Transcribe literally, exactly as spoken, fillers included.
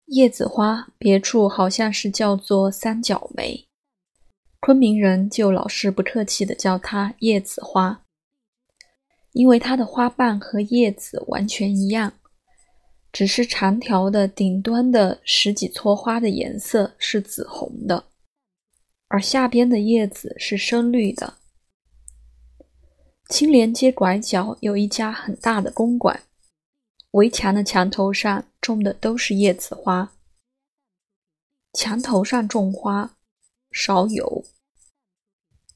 叶子花别处好像是叫做三角梅，昆明人就老是不客气地叫它叶子花，因为它的花瓣和叶子完全一样，只是长条的顶端的十几撮花的颜色是紫红的，而下边的叶子是深绿的。青莲街拐角有一家很大的公馆，围墙的墙头上种的都是叶子花。墙头上种花少有，